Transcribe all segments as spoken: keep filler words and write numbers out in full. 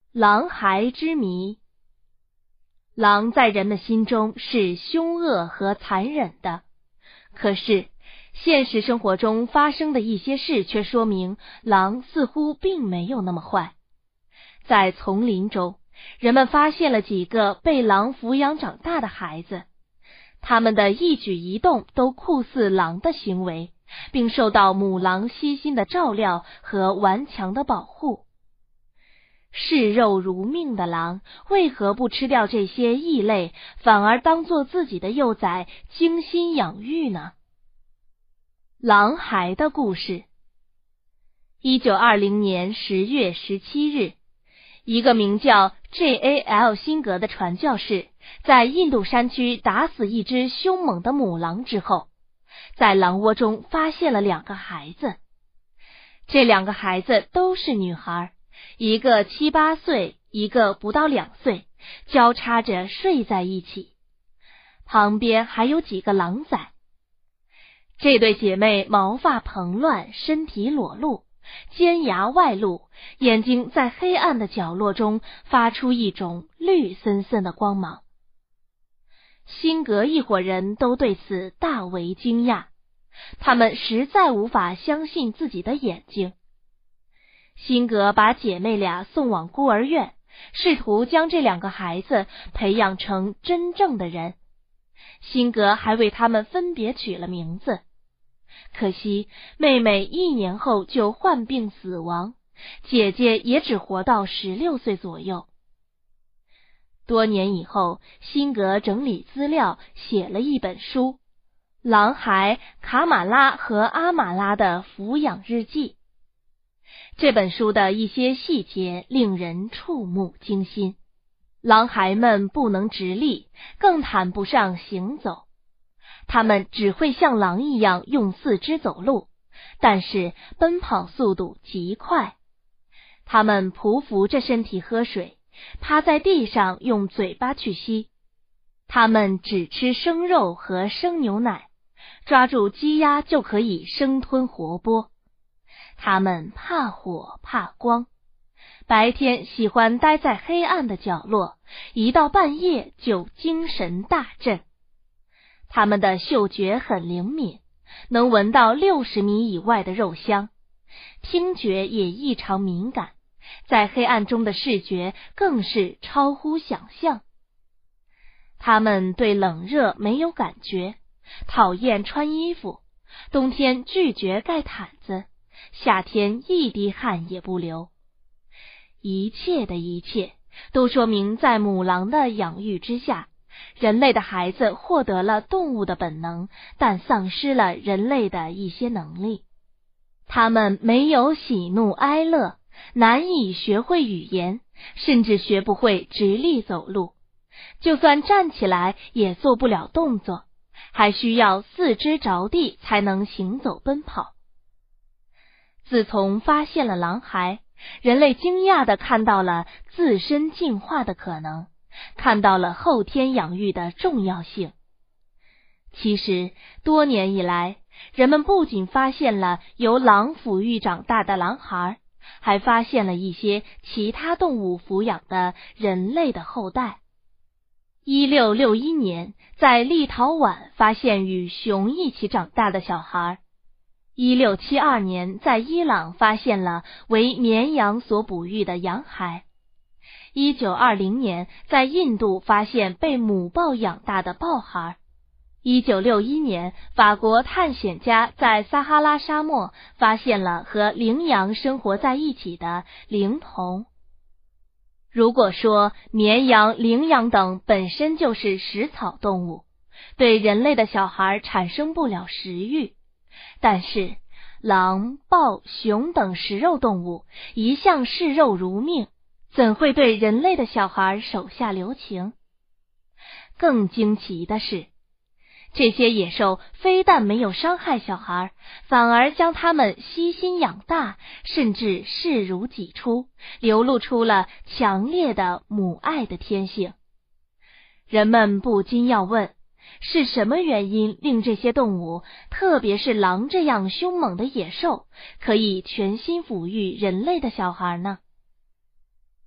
狼孩之谜。狼在人们心中是凶恶和残忍的，可是现实生活中发生的一些事却说明狼似乎并没有那么坏。在丛林中，人们发现了几个被狼抚养长大的孩子，他们的一举一动都酷似狼的行为，并受到母狼悉心的照料和顽强的保护。视肉如命的狼为何不吃掉这些异类，反而当作自己的幼崽精心养育呢？狼孩的故事。一九二零年十月十七日，一个名叫 J A L 辛格的传教士在印度山区打死一只凶猛的母狼之后，在狼窝中发现了两个孩子。这两个孩子都是女孩，一个七八岁，一个不到两岁，交叉着睡在一起，旁边还有几个狼崽。这对姐妹毛发蓬乱，身体裸露，尖牙外露，眼睛在黑暗的角落中发出一种绿森森的光芒。辛格一伙人都对此大为惊讶，他们实在无法相信自己的眼睛。辛格把姐妹俩送往孤儿院，试图将这两个孩子培养成真正的人。辛格还为他们分别取了名字。可惜妹妹一年后就患病死亡，姐姐也只活到十六岁左右。多年以后，辛格整理资料，写了一本书《狼孩卡马拉和阿马拉的抚养日记》。这本书的一些细节令人触目惊心。狼孩们不能直立，更谈不上行走，他们只会像狼一样用四肢走路，但是奔跑速度极快。他们匍匐着身体喝水，趴在地上用嘴巴去吸。他们只吃生肉和生牛奶，抓住鸡鸭就可以生吞活剥。他们怕火怕光，白天喜欢待在黑暗的角落，一到半夜就精神大振。他们的嗅觉很灵敏，能闻到六十米以外的肉香，听觉也异常敏感，在黑暗中的视觉更是超乎想象。他们对冷热没有感觉，讨厌穿衣服，冬天拒绝盖毯子，夏天一滴汗也不流。一切的一切都说明，在母狼的养育之下，人类的孩子获得了动物的本能，但丧失了人类的一些能力。他们没有喜怒哀乐，难以学会语言，甚至学不会直立走路，就算站起来也做不了动作，还需要四肢着地才能行走奔跑。自从发现了狼孩，人类惊讶地看到了自身进化的可能，看到了后天养育的重要性。其实多年以来，人们不仅发现了由狼抚育长大的狼孩，还发现了一些其他动物抚养的人类的后代。一六六一年，在立陶宛发现与熊一起长大的小孩。一六七二年，在伊朗发现了为绵羊所哺育的羊孩。一九二零年，在印度发现被母豹养大的豹孩。一九六一年，法国探险家在撒哈拉沙漠发现了和羚羊生活在一起的羚童。如果说绵羊、羚羊等本身就是食草动物，对人类的小孩产生不了食欲，但是狼、豹、熊等食肉动物一向视肉如命，怎会对人类的小孩手下留情？更惊奇的是，这些野兽非但没有伤害小孩，反而将他们悉心养大，甚至视如己出，流露出了强烈的母爱的天性。人们不禁要问，是什么原因令这些动物，特别是狼这样凶猛的野兽，可以全心抚育人类的小孩呢？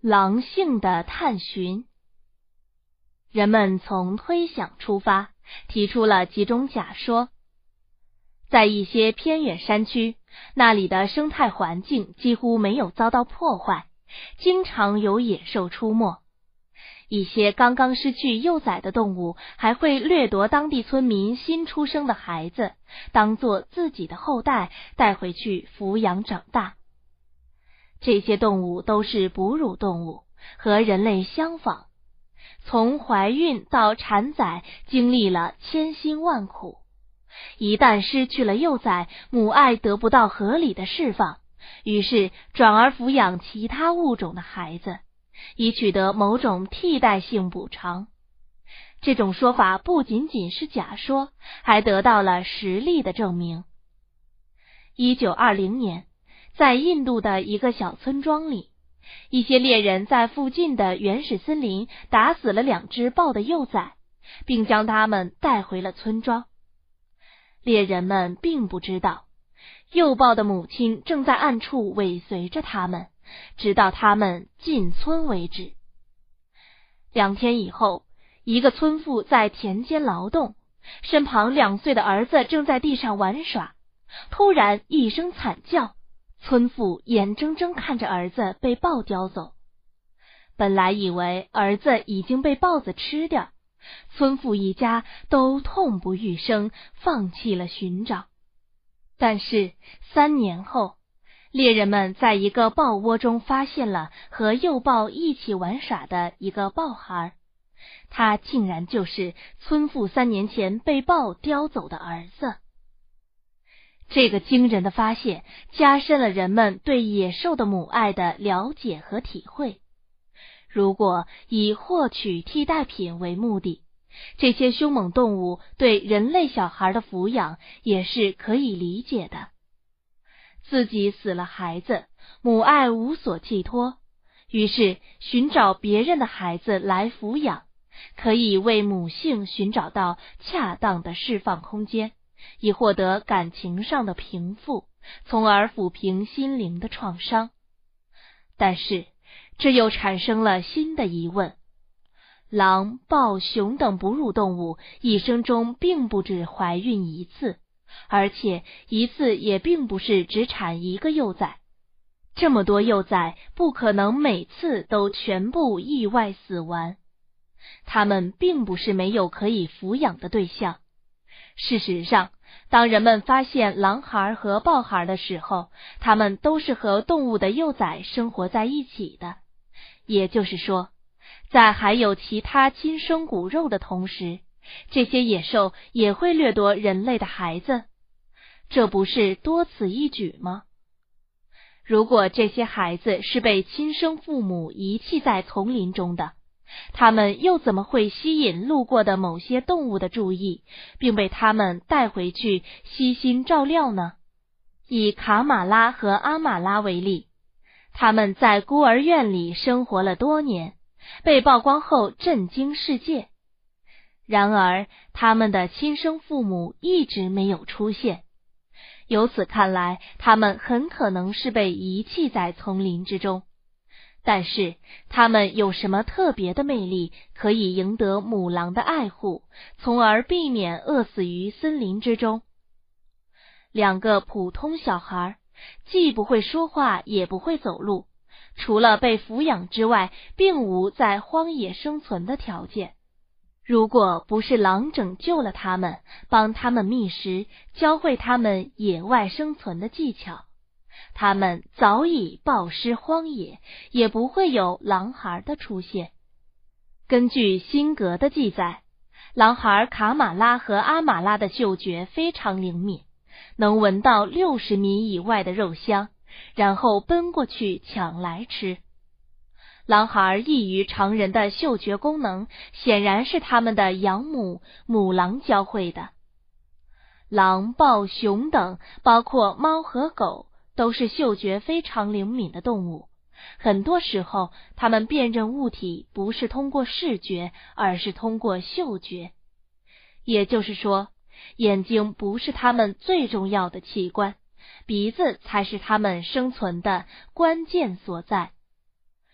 狼性的探寻。人们从推想出发，提出了几种假说。在一些偏远山区，那里的生态环境几乎没有遭到破坏，经常有野兽出没。一些刚刚失去幼崽的动物还会掠夺当地村民新出生的孩子，当作自己的后代带回去抚养长大。这些动物都是哺乳动物，和人类相仿，从怀孕到产崽经历了千辛万苦。一旦失去了幼崽，母爱得不到合理的释放，于是转而抚养其他物种的孩子，以取得某种替代性补偿。这种说法不仅仅是假说，还得到了实例的证明。一九二零年，在印度的一个小村庄里，一些猎人在附近的原始森林打死了两只豹的幼崽，并将它们带回了村庄。猎人们并不知道，幼豹的母亲正在暗处尾随着它们，直到它们进村为止。两天以后，一个村妇在田间劳动，身旁两岁的儿子正在地上玩耍，突然一声惨叫，村妇眼睁睁看着儿子被豹叼走。本来以为儿子已经被豹子吃掉，村妇一家都痛不欲生，放弃了寻找。但是三年后，猎人们在一个豹窝中发现了和幼豹一起玩耍的一个豹孩，他竟然就是村妇三年前被豹叼走的儿子。这个惊人的发现加深了人们对野兽的母爱的了解和体会。如果以获取替代品为目的，这些凶猛动物对人类小孩的抚养也是可以理解的。自己死了孩子，母爱无所寄托，于是寻找别人的孩子来抚养，可以为母性寻找到恰当的释放空间，以获得感情上的平复，从而抚平心灵的创伤。但是这又产生了新的疑问：狼、豹、熊等哺乳动物一生中并不止怀孕一次，而且一次也并不是只产一个幼崽。这么多幼崽不可能每次都全部意外死亡，它们并不是没有可以抚养的对象。事实上，当人们发现狼孩和豹孩的时候，它们都是和动物的幼崽生活在一起的。也就是说，在还有其他亲生骨肉的同时，这些野兽也会掠夺人类的孩子，这不是多此一举吗？如果这些孩子是被亲生父母遗弃在丛林中的，他们又怎么会吸引路过的某些动物的注意，并被他们带回去悉心照料呢？以卡马拉和阿马拉为例，他们在孤儿院里生活了多年，被曝光后震惊世界。然而，他们的亲生父母一直没有出现。由此看来，他们很可能是被遗弃在丛林之中。但是，他们有什么特别的魅力，可以赢得母狼的爱护，从而避免饿死于森林之中？两个普通小孩，既不会说话，也不会走路，除了被抚养之外，并无在荒野生存的条件。如果不是狼拯救了他们，帮他们觅食，教会他们野外生存的技巧，他们早已暴尸荒野，也不会有狼孩的出现。根据辛格的记载，狼孩卡马拉和阿马拉的嗅觉非常灵敏，能闻到六十米以外的肉香，然后奔过去抢来吃。狼孩异于常人的嗅觉功能，显然是他们的养母母狼教会的。狼、豹、熊等，包括猫和狗，都是嗅觉非常灵敏的动物。很多时候，它们辨认物体不是通过视觉，而是通过嗅觉。也就是说，眼睛不是它们最重要的器官，鼻子才是它们生存的关键所在。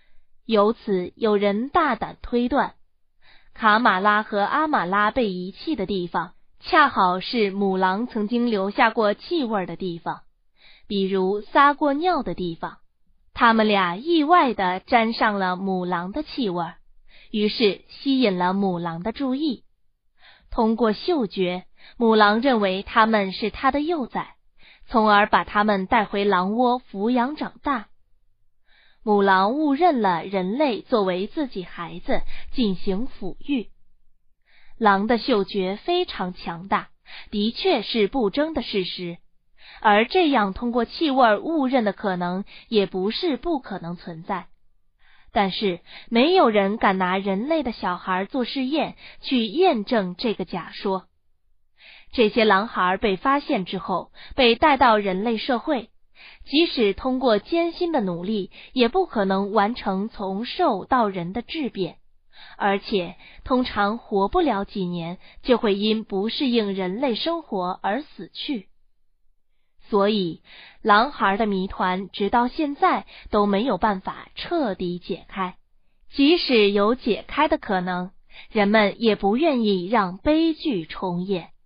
由此有人大胆推断，卡马拉和阿马拉被遗弃的地方，恰好是母狼曾经留下过气味的地方，比如撒过尿的地方。他们俩意外地沾上了母狼的气味，于是吸引了母狼的注意。通过嗅觉，母狼认为它们是它的幼崽，从而把它们带回狼窝抚养长大。母狼误认了人类作为自己孩子进行抚育。狼的嗅觉非常强大，的确是不争的事实，而这样通过气味误认的可能也不是不可能存在。但是没有人敢拿人类的小孩做试验去验证这个假说。这些狼孩被发现之后，被带到人类社会，即使通过艰辛的努力，也不可能完成从兽到人的质变，而且通常活不了几年，就会因不适应人类生活而死去。所以，狼孩的谜团直到现在都没有办法彻底解开。即使有解开的可能，人们也不愿意让悲剧重演。